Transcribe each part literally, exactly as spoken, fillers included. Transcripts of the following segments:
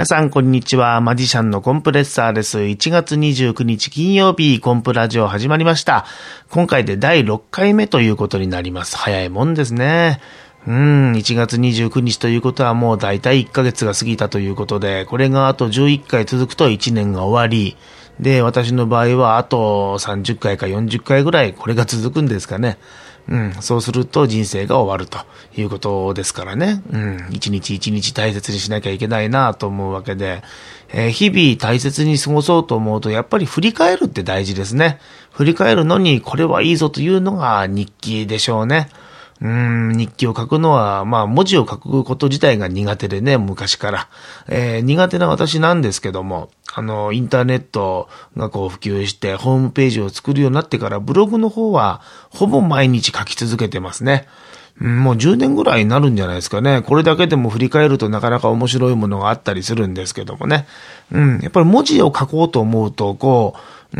さんこんにちは。マジシャンのコンプレッサーです。いちがつにじゅうくにち金曜日、コンプラジオ始まりました。今回でだいろっかいめということになります。早いもんですね。うーん、いちがつにじゅうくにちということはもうだいたいいっかげつが過ぎたということで、これがあとじゅういっかい続くといちねんが終わり、で、私の場合はあとさんじゅっかいかよんじゅっかいぐらいこれが続くんですかね。うん、そうすると人生が終わるということですからね。うん、一日一日大切にしなきゃいけないなと思うわけで、えー、日々大切に過ごそうと思うとやっぱり振り返るって大事ですね。振り返るのにこれはいいぞというのが日記でしょうね。うーん、日記を書くのは、まあ文字を書くこと自体が苦手でね、昔から。えー、苦手な私なんですけども、あの、インターネットがこう普及してホームページを作るようになってからブログの方はほぼ毎日書き続けてますね。もうじゅうねんぐらいになるんじゃないですかね。これだけでも振り返るとなかなか面白いものがあったりするんですけどもね。うん、やっぱり文字を書こうと思うと、こう、うん、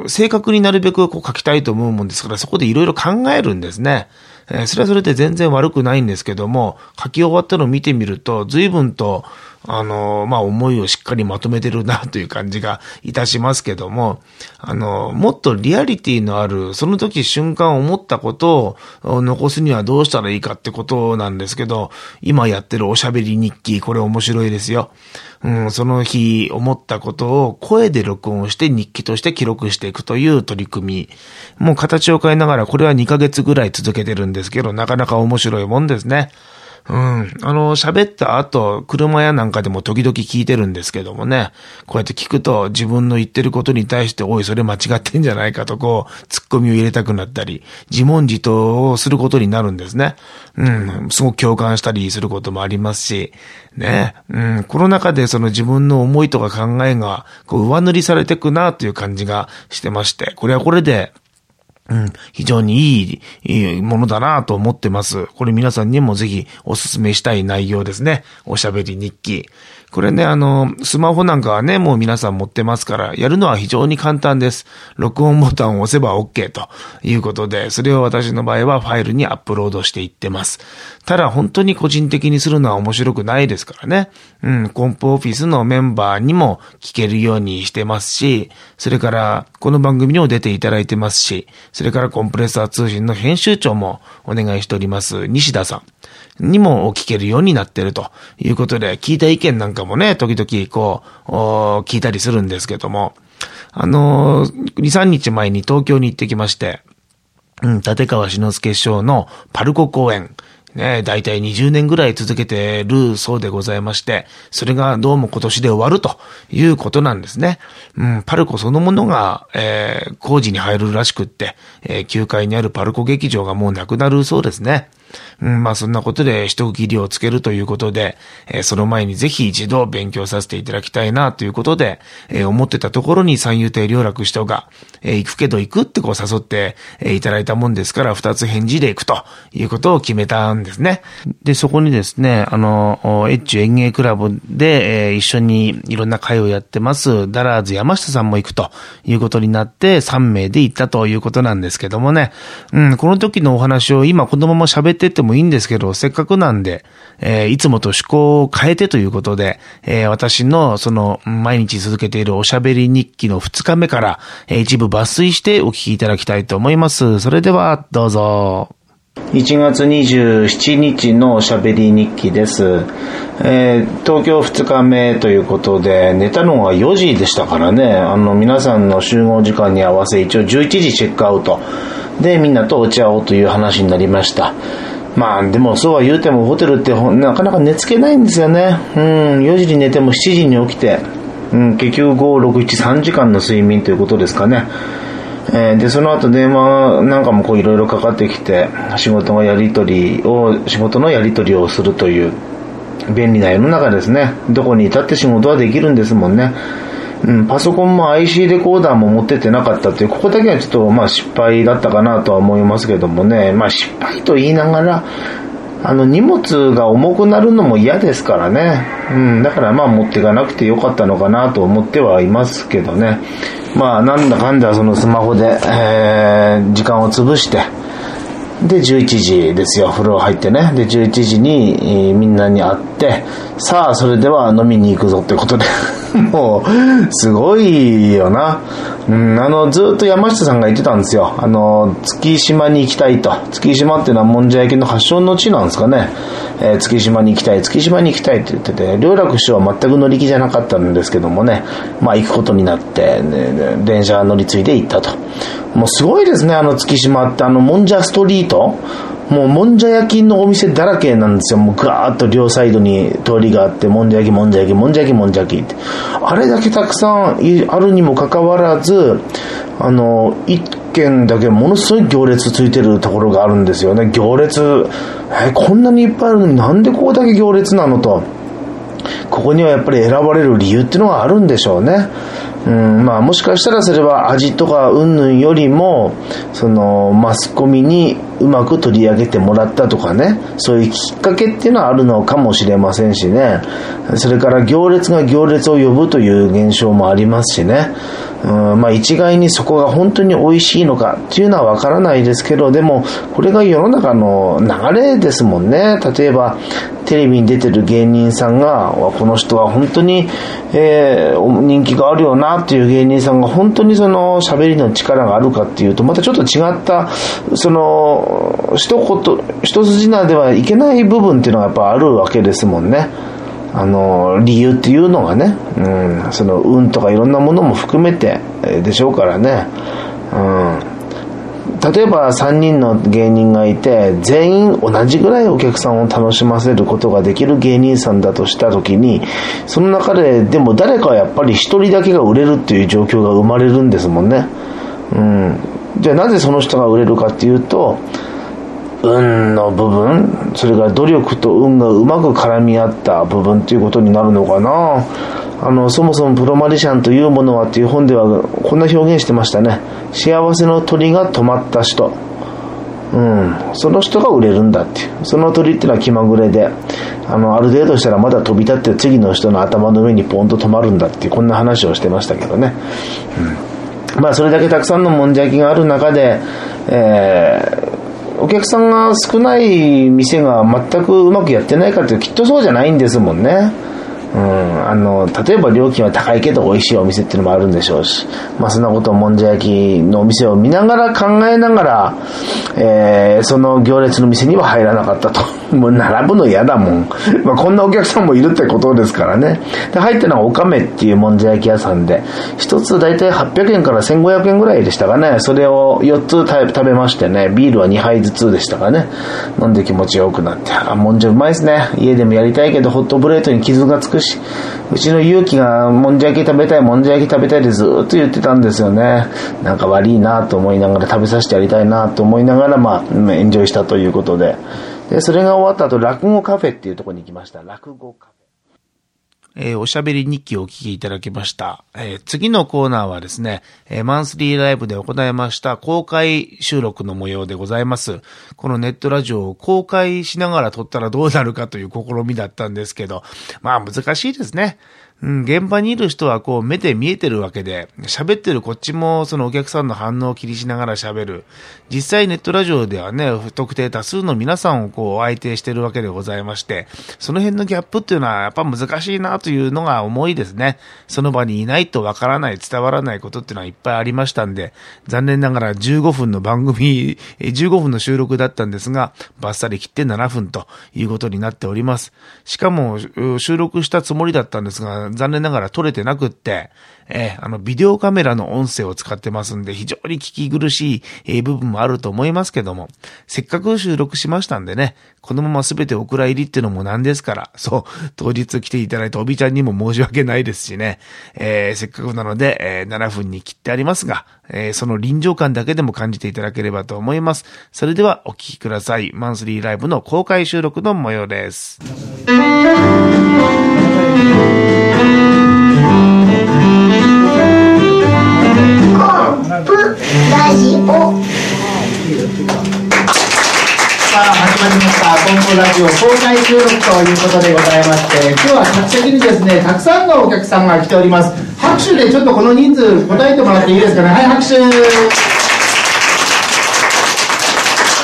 正確になるべくこう書きたいと思うもんですから、そこでいろいろ考えるんですね。えー、それはそれで全然悪くないんですけども、書き終わったのを見てみると、随分と、あの、まあ、思いをしっかりまとめてるなという感じがいたしますけども、あの、もっとリアリティのある、その時瞬間思ったことを残すにはどうしたらいいかってことなんですけど、今やってるおしゃべり日記、これ面白いですよ。うん、その日思ったことを声で録音して日記として記録していくという取り組み。もう形を変えながらこれはにかげつぐらい続けてるんですけど、なかなか面白いもんですね。うん。あの、喋った後、車やなんかでも時々聞いてるんですけどもね、こうやって聞くと自分の言ってることに対して、おい、それ間違ってんじゃないかとこう、ツッコミを入れたくなったり、自問自答をすることになるんですね。うん。すごく共感したりすることもありますし、ね。うん。この中でその自分の思いとか考えが、こう、上塗りされていくなという感じがしてまして、これはこれで、うん、非常にいい、いいものだなと思ってます。これ皆さんにもぜひお勧めしたい内容ですね。おしゃべり日記。これね、あの、スマホなんかはね、もう皆さん持ってますから、やるのは非常に簡単です。録音ボタンを押せば OK ということで、それを私の場合はファイルにアップロードしていってます。ただ本当に個人的にするのは面白くないですからね。うん、コンプオフィスのメンバーにも聞けるようにしてますし、それからこの番組にも出ていただいてますし、それからコンプレッサー通信の編集長もお願いしております西田さんにも聞けるようになっているということで、聞いた意見なんかもね、時々こう、聞いたりするんですけども、あのー、に、さんにちまえに東京に行ってきまして、うん、立川志の輔師匠のパルコ公演、ね、だいたいにじゅうねんぐらい続けてるそうでございまして、それがどうも今年で終わるということなんですね。うん、パルコそのものが、えー、工事に入るらしくって、えー、きゅうかいにあるパルコ劇場がもうなくなるそうですね。うん、まあそんなことで一区切りをつけるということで、えー、その前にぜひ一度勉強させていただきたいなということで、えー、思ってたところに三遊亭良楽師匠が、えー、行くけど行くってこう誘って、えー、いただいたもんですから二つ返事で行くということを決めたんですね。で、そこにですね、あの、エッチ演芸クラブで、えー、一緒にいろんな会をやってます、ダラーズ山下さんも行くということになってさんめいで行ったということなんですけどもね、うん、この時のお話を今このまま喋ってってもいいんですけど、せっかくなんで、えー、いつもと趣向を変えてということで、えー、私のその毎日続けているおしゃべり日記のふつかめから、えー、一部抜粋してお聞きいただきたいと思います。それではどうぞ。いちがつにじゅうしちにちのおしゃべり日記です。えー、東京ふつかめということで、寝たのがよじでしたからね、あの皆さんの集合時間に合わせ一応じゅういちじチェックアウトでみんなとお茶をという話になりました。まあでもそうは言うてもホテルってなかなか寝つけないんですよね。うん、よじに寝てもしちじに起きて、うん、結局ご、ろく、なな、さんじかんの睡眠ということですかね。えー、でその後電話なんかもこういろいろかかってきて、仕事のやり取りを仕事のやり取りをするという便利な世の中ですね。どこにいたって仕事はできるんですもんね。うん、パソコンも アイシー レコーダーも持ってってなかったという、ここだけはちょっとまあ失敗だったかなとは思いますけどもね。まあ失敗と言いながら、あの荷物が重くなるのも嫌ですからね。うん、だからまあ持っていかなくてよかったのかなと思ってはいますけどね。まあなんだかんだそのスマホで、えー、時間を潰して、でじゅういちじですよ、風呂入ってね。でじゅういちじに、えー、みんなに会ってさあそれでは飲みに行くぞってことでもうすごいよな。うん、あのずっと山下さんが言ってたんですよ。あの月島に行きたいと。月島っていうのはもんじゃ焼きの発祥の地なんですかね。えー、月島に行きたい月島に行きたいって言ってて、良楽師匠は全く乗り気じゃなかったんですけどもね、まあ行くことになって、ね、電車乗り継いで行ったと。もうすごいですね、あの月島って。あのもんじゃストリート、もうもんじゃ焼きのお店だらけなんですよ。もうガーッと両サイドに通りがあって、もんじゃ焼きもんじゃ焼きもんじゃ焼きもんじゃ焼きって、あれだけたくさんあるにもかかわらず、あの一軒だけものすごい行列ついてるところがあるんですよね。行列、えこんなにいっぱいあるのになんでここだけ行列なのと。ここにはやっぱり選ばれる理由っていうのがあるんでしょうね。うん、まあもしかしたらそれは味とか云々よりも、そのマスコミにうまく取り上げてもらったとかね、そういうきっかけっていうのはあるのかもしれませんしね。それから行列が行列を呼ぶという現象もありますしね。うん、まあ一概にそこが本当に美味しいのかっていうのはわからないですけど、でもこれが世の中の流れですもんね。例えばテレビに出てる芸人さんが、この人は本当に、えー、人気があるよなっていう芸人さんが本当にその喋りの力があるかっていうと、またちょっと違ったその一言一筋縄ではいけない部分っていうのがやっぱあるわけですもんね。あの理由っていうのがね、うん、その運とかいろんなものも含めてでしょうからね。うん、例えばさんにんの芸人がいて全員同じぐらいお客さんを楽しませることができる芸人さんだとしたときに、その中ででも誰かはやっぱり一人だけが売れるっていう状況が生まれるんですもんね。うん、じゃあなぜその人が売れるかっていうと、運の部分、それから努力と運がうまく絡み合った部分ということになるのかな。あのそもそもプロマジシャンというものはっていう本ではこんな表現してましたね。幸せの鳥が止まった人、うん、その人が売れるんだっていう。その鳥っていうのは気まぐれで、あのある程度したらまだ飛び立って次の人の頭の上にポンと止まるんだっていう、こんな話をしてましたけどね。うん、まあそれだけたくさんのもんじゃ焼きがある中で、えーお客さんが少ない店が全くうまくやってないかというと、きっとそうじゃないんですもんね。うん、あの例えば料金は高いけど美味しいお店っていうのもあるんでしょうし、まあそんなことをもんじゃ焼きのお店を見ながら考えながら、えー、その行列の店には入らなかったと。もう並ぶの嫌だもん。まあこんなお客さんもいるってことですからね。で入ったのはおかめっていうもんじゃ焼き屋さんで、一つだいたいはっぴゃくえんからせんごひゃくえんぐらいでしたかね。それをよっつ食べましてね、ビールはにはいずつでしたかね。飲んで気持ちよくなって、あ、もんじゃうまいですね。家でもやりたいけどホットプレートに傷がつくし、うちの勇気がもんじゃ焼き食べたいもんじゃ焼き食べたいでずっと言ってたんですよね。なんか悪いなと思いながら、食べさせてやりたいなと思いながら、まあエンジョイしたということで、でそれが終わった後落語カフェっていうところに行きました。落語カフェ、えー、おしゃべり日記をお聞きいただきました。えー、次のコーナーはですね、えー、マンスリーライブで行いました公開収録の模様でございます。このネットラジオを公開しながら撮ったらどうなるかという試みだったんですけど、まあ難しいですね。うん、現場にいる人はこう目で見えてるわけで、喋ってるこっちもそのお客さんの反応を気にしながら喋る。実際ネットラジオではね、不特定多数の皆さんをこう相手してるわけでございまして、その辺のギャップっていうのはやっぱ難しいなというのが思いですね。その場にいないとわからない、伝わらないことっていうのはいっぱいありましたんで、残念ながらじゅうごふんの番組、じゅうごふんの収録だったんですが、バッサリ切ってななふんということになっております。しかも収録したつもりだったんですが、残念ながら撮れてなくって、えー、あのビデオカメラの音声を使ってますんで、非常に聞き苦しい、えー、部分もあると思いますけども、せっかく収録しましたんでね、このまま全てお蔵入りっていうのもなんですから、そう、当日来ていただいたおびちゃんにも申し訳ないですしね、えー、せっかくなので、えー、ななふんに切ってありますが、えー、その臨場感だけでも感じていただければと思います。それではお聞きください。マンスリーライブの公開収録の模様です。ラジオ。さあ始まりましたコンプラジオ公開収録ということでございまして、今日は客席にですね、たくさんのお客さんが来ております。拍手でちょっとこの人数答えてもらっていいですかね。はい、拍手。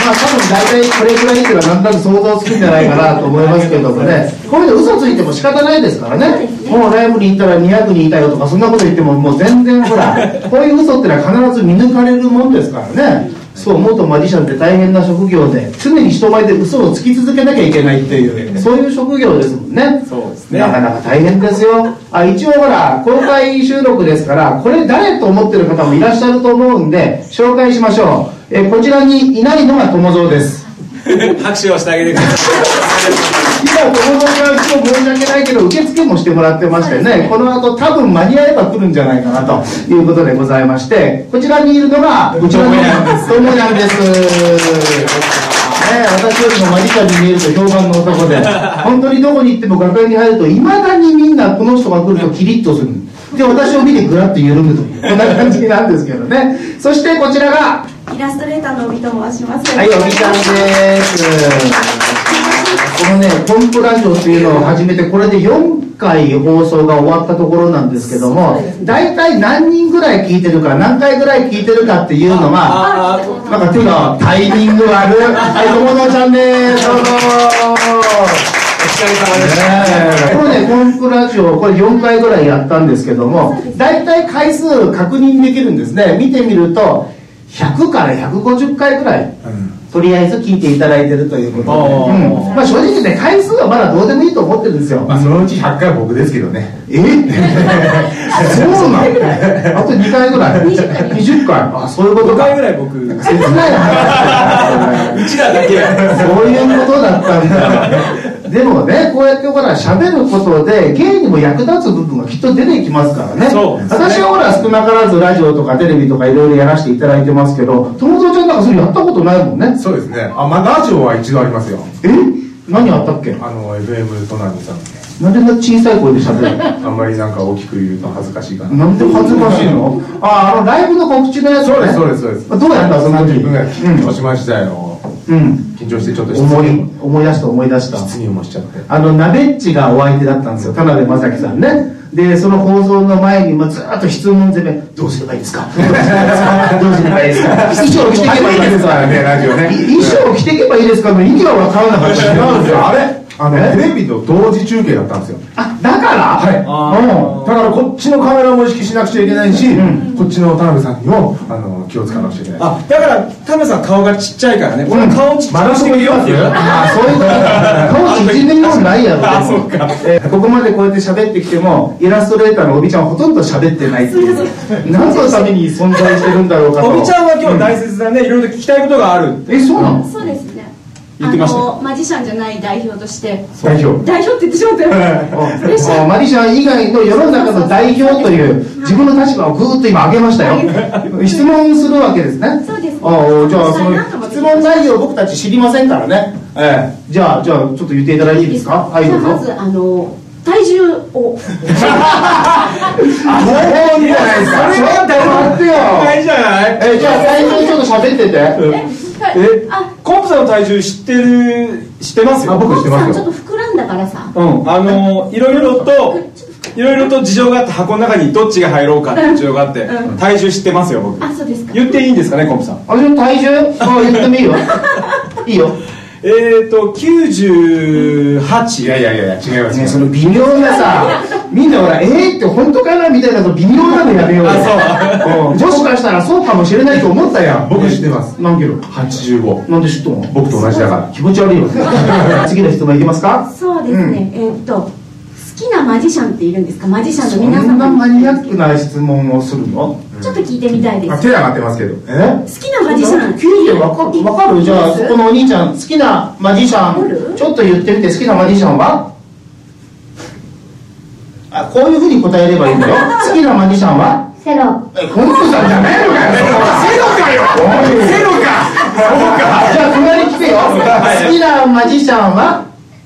まあ多分大体これぐらいっていうのはなんとなく想像つくんじゃないかなと思いますけどもね、こういうの嘘ついても仕方ないですからね。もうライブに行ったらにひゃくにんいたよとかそんなこと言ってももう全然ほらこういう嘘ってのは必ず見抜かれるもんですからね。そう思うとマジシャンって大変な職業で常に人前で嘘をつき続けなきゃいけないっていうそういう職業ですもんね。 そうですね。 なかなか大変ですよ。あ、一応ほら公開収録ですからこれ誰と思ってる方もいらっしゃると思うんで紹介しましょう。えこちらにいないのが友蔵です。 拍手をしてあげてください。 今友蔵が今日申し訳ないけど受付もしてもらってましてね、この後多分間に合えば来るんじゃないかなということでございまして、こちらにいるのがうちの友なんです。ね、私よりもマジシャンに見えると評判の男で本当にどこに行っても楽屋に入るといまだにみんなこの人が来るとキリッとするで私を見てグラッと緩むというこんな感じなんですけどね。そしてこちらがイラストレーターの帯と申します。 はい、帯ちゃんです。このねコンプラジオっていうのを始めてこれでよんかい放送が終わったところなんですけども、大体何人ぐらい聞いてるか何回ぐらい聞いてるかっていうのがなんか手がタイミング悪い。はい、友野ちゃんです。どうぞ。 お疲れ様でした。 このねコンプラジオこれよんかいぐらいやったんですけども、大体回数確認できるんですね。見てみるとひゃくからひゃくごじゅっかいぐらい、うん、とりあえず聞いていただいてるということで、うん、まあ正直ね回数はまだどうでもいいと思ってるんですよ。 まあそのうちひゃっかいは僕ですけどね。 えそうなの？あとにかいぐらいにじゅっかいあ、そういうことか。 ごかいぐらい僕切ない話うちらだけそういうことだったんだ。でもね、こうやってほら喋ることで芸にも役立つ部分がきっと出てきますからね。 そうですね。 私はほら少なからずラジオとかテレビとかいろいろやらせていただいてますけど、友蔵ちゃんなんかそれやったことないもんね。 そうですね。あ、まあラジオは一度ありますよ。 え？何あったっけ？ あの エフエム トナミさん。 なんで小さい声で喋るの？あんまりなんか大きく言うと恥ずかしいかな。 なんで恥ずかしいの？あ、あのライブの告知のやつね。 そうですそうですそうです。 どうやったその時？ さんじゅっぷんぐらい緊張しましたよ。うん。緊張してちょっと質思い問思い出した思い出した。 質問もしちゃって。 あのナベッチがお相手だったんですよ。田辺正樹さんね。でその放送の前にもずっと質問攻め、どうすればいいですかどうすればいいですか衣装を着ていけばいいですかね、ラジオね。 衣装を着ていけばいいですかの意味が分からなかった違うんですよ。あれあのテレビと同時中継だったんですよ。 あ、だからはい。うん。だからこっちのカメラも意識しなくちゃいけないし、うん、こっちの田辺さんにもあの気を使わなくちゃいけない。 あ、だから田辺さん顔がちっちゃいからね。俺顔ちっちゃくしてるよっていう。 あ、そういうこと。顔縮めようないやろ。 あ、そうか。 えー、ここまでこうやって喋ってきてもイラストレーターのおびちゃんはほとんど喋ってないっていう。何のために存在してるんだろうかと。 おびちゃんは今日大切だね。いろいろと聞きたいことがある。 え、そうなの？ そうですね。 言ってました。 あのマジシャンじゃない代表として代表代表って言ってしまったよ。 マジシャン以外の世の中の代表という自分の立場をぐーっと今上げましたよ。質問するわけですね。 そうです。 あ、じゃあその質問内容僕たち知りませんからね。ええ、じゃあじゃあちょっと言っていただいていいですか。はい、どうぞ。 まずあの体重をあ、そうじゃないですか。それは待ってよ。 大事じゃない？ え、じゃあ体重ちょっと喋ってて。 え、コンプさんの体重知ってる、知ってますよ。 あ、僕知ってますよ。 ちょっと膨らんだからさ。 うん、あのいろいろといろいろと事情があって箱の中にどっちが入ろうかって事情があって、うん、体重知ってますよ僕。 あ、そうですか。 言っていいんですかね、コンプさん。 あ、じゃあ体重、あ、言ってもいいよ。いいよ。 えーときゅうじゅうはち。 いやいやいや違いますね。その微妙なさ、みんなほら、えーって本当かなみたいなの微妙なのやめようよ。 あ、 そう。もしかしたらそうかもしれないと思ったやん。 僕知ってます。 何キロ？ はちじゅうご。 なんで知っとんの？ 僕と同じだから。 気持ち悪いよ。次の質問いきますか？ そうですね。えーっと好きなマジシャンっているんですか？マジシャンの皆そんな様。 マニアックな質問をするの？ ちょっと聞いてみたいです。 手上がってますけど。 え？ 好きなマジシャン。 聞いてわかる？わかる？じゃあそこのお兄ちゃん好きなマジシャンちょっと言ってみて。好きなマジシャンは？あ、こういうふうに答えればいいんだよ。好きなマジシャンは？ セロ。 え、コンプさんじゃないのかよ。セロかよ。セロか。そうか。じゃあ隣来てよ。好きなマジシャンは？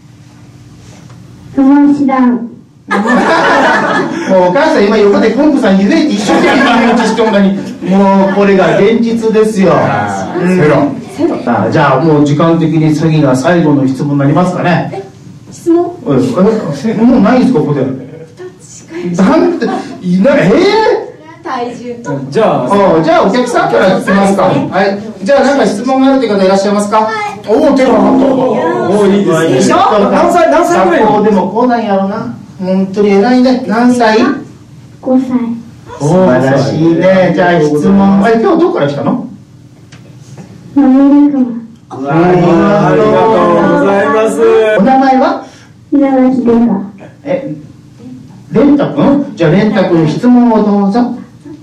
友知らん。 もうお母さん今横でコンプさん言えって一生懸命言おうとしてものに、もうこれが現実ですよ。 セロ。 セロ。 あ、じゃあもう時間的に次が最後の質問になりますかね。 え、質問？ え、もうないんですかここで。なんていなえー、 体重と。 じゃあおじゃあお客さんから聞きますか。はい。じゃあなんか質問があるという方いらっしゃいますか。おお、手が上がった。 もういいですね。 いいでしょ。 何歳何歳ぐらいの？ でもこうなんやろうな。本当に偉いね。何歳？ ごさい。 素晴らしいね。じゃあ質問。あれ今日どこから来たの？ マミラグあありがとうございます。 お名前は？ 稲垣レガ。 え、レンタ君？じゃあレンタ君質問をどうぞ。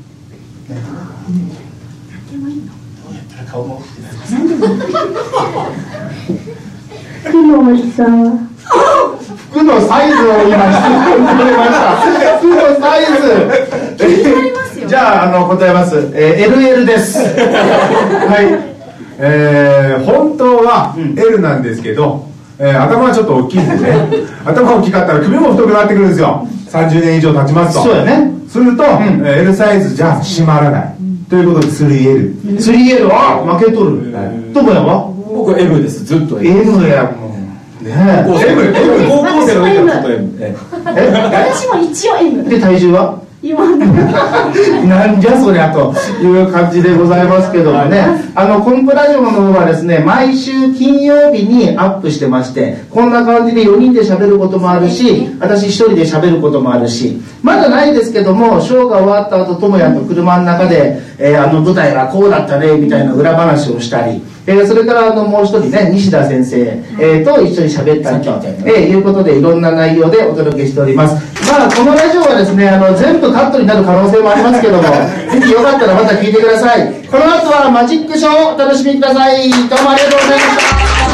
服の大きさは？ 服のサイズを今質問されました。服のサイズ。じゃあ、あの、答えます。えー、エルエル です。 はい。えー、本当は エル なんですけど、えー、頭はちょっと大きいんでね。頭大きかったら首も太くなってくるんですよ。さんじゅうねん以上経ちますと。 そうやね。 すると、 んえー L サイズじゃ締まらない。ということで スリーエル。 スリーエル、あ、負けとる。どこやわ？ 僕 M です。ずっと M。 M やもん。ねえ。 高校生 M。高校生の時からずっと M。え私も一応 M。 で、体重は？ 今の。 なんじゃそりゃという感じでございますけどもね、あのコンプラジオの方はですね、毎週金曜日にアップしてまして、こんな感じでよにんで喋ることもあるし、私一人で喋ることもあるし、まだないですけども、ショーが終わった後、ともやと車の中で、えー、あの舞台がこうだったねみたいな裏話をしたり、えー、それからあのもう一人ね、西田先生、えー、と一緒に喋ったりと、えー、いうことでいろんな内容でお届けしております。まあこのラジオはですね、あの全部カットになる可能性もありますけども、ぜひよかったらまた聞いてください。この後はマジックショーをお楽しみください。どうもありがとうござい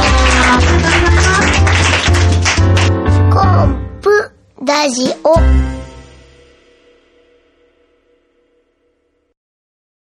ました。 コンプラジオ。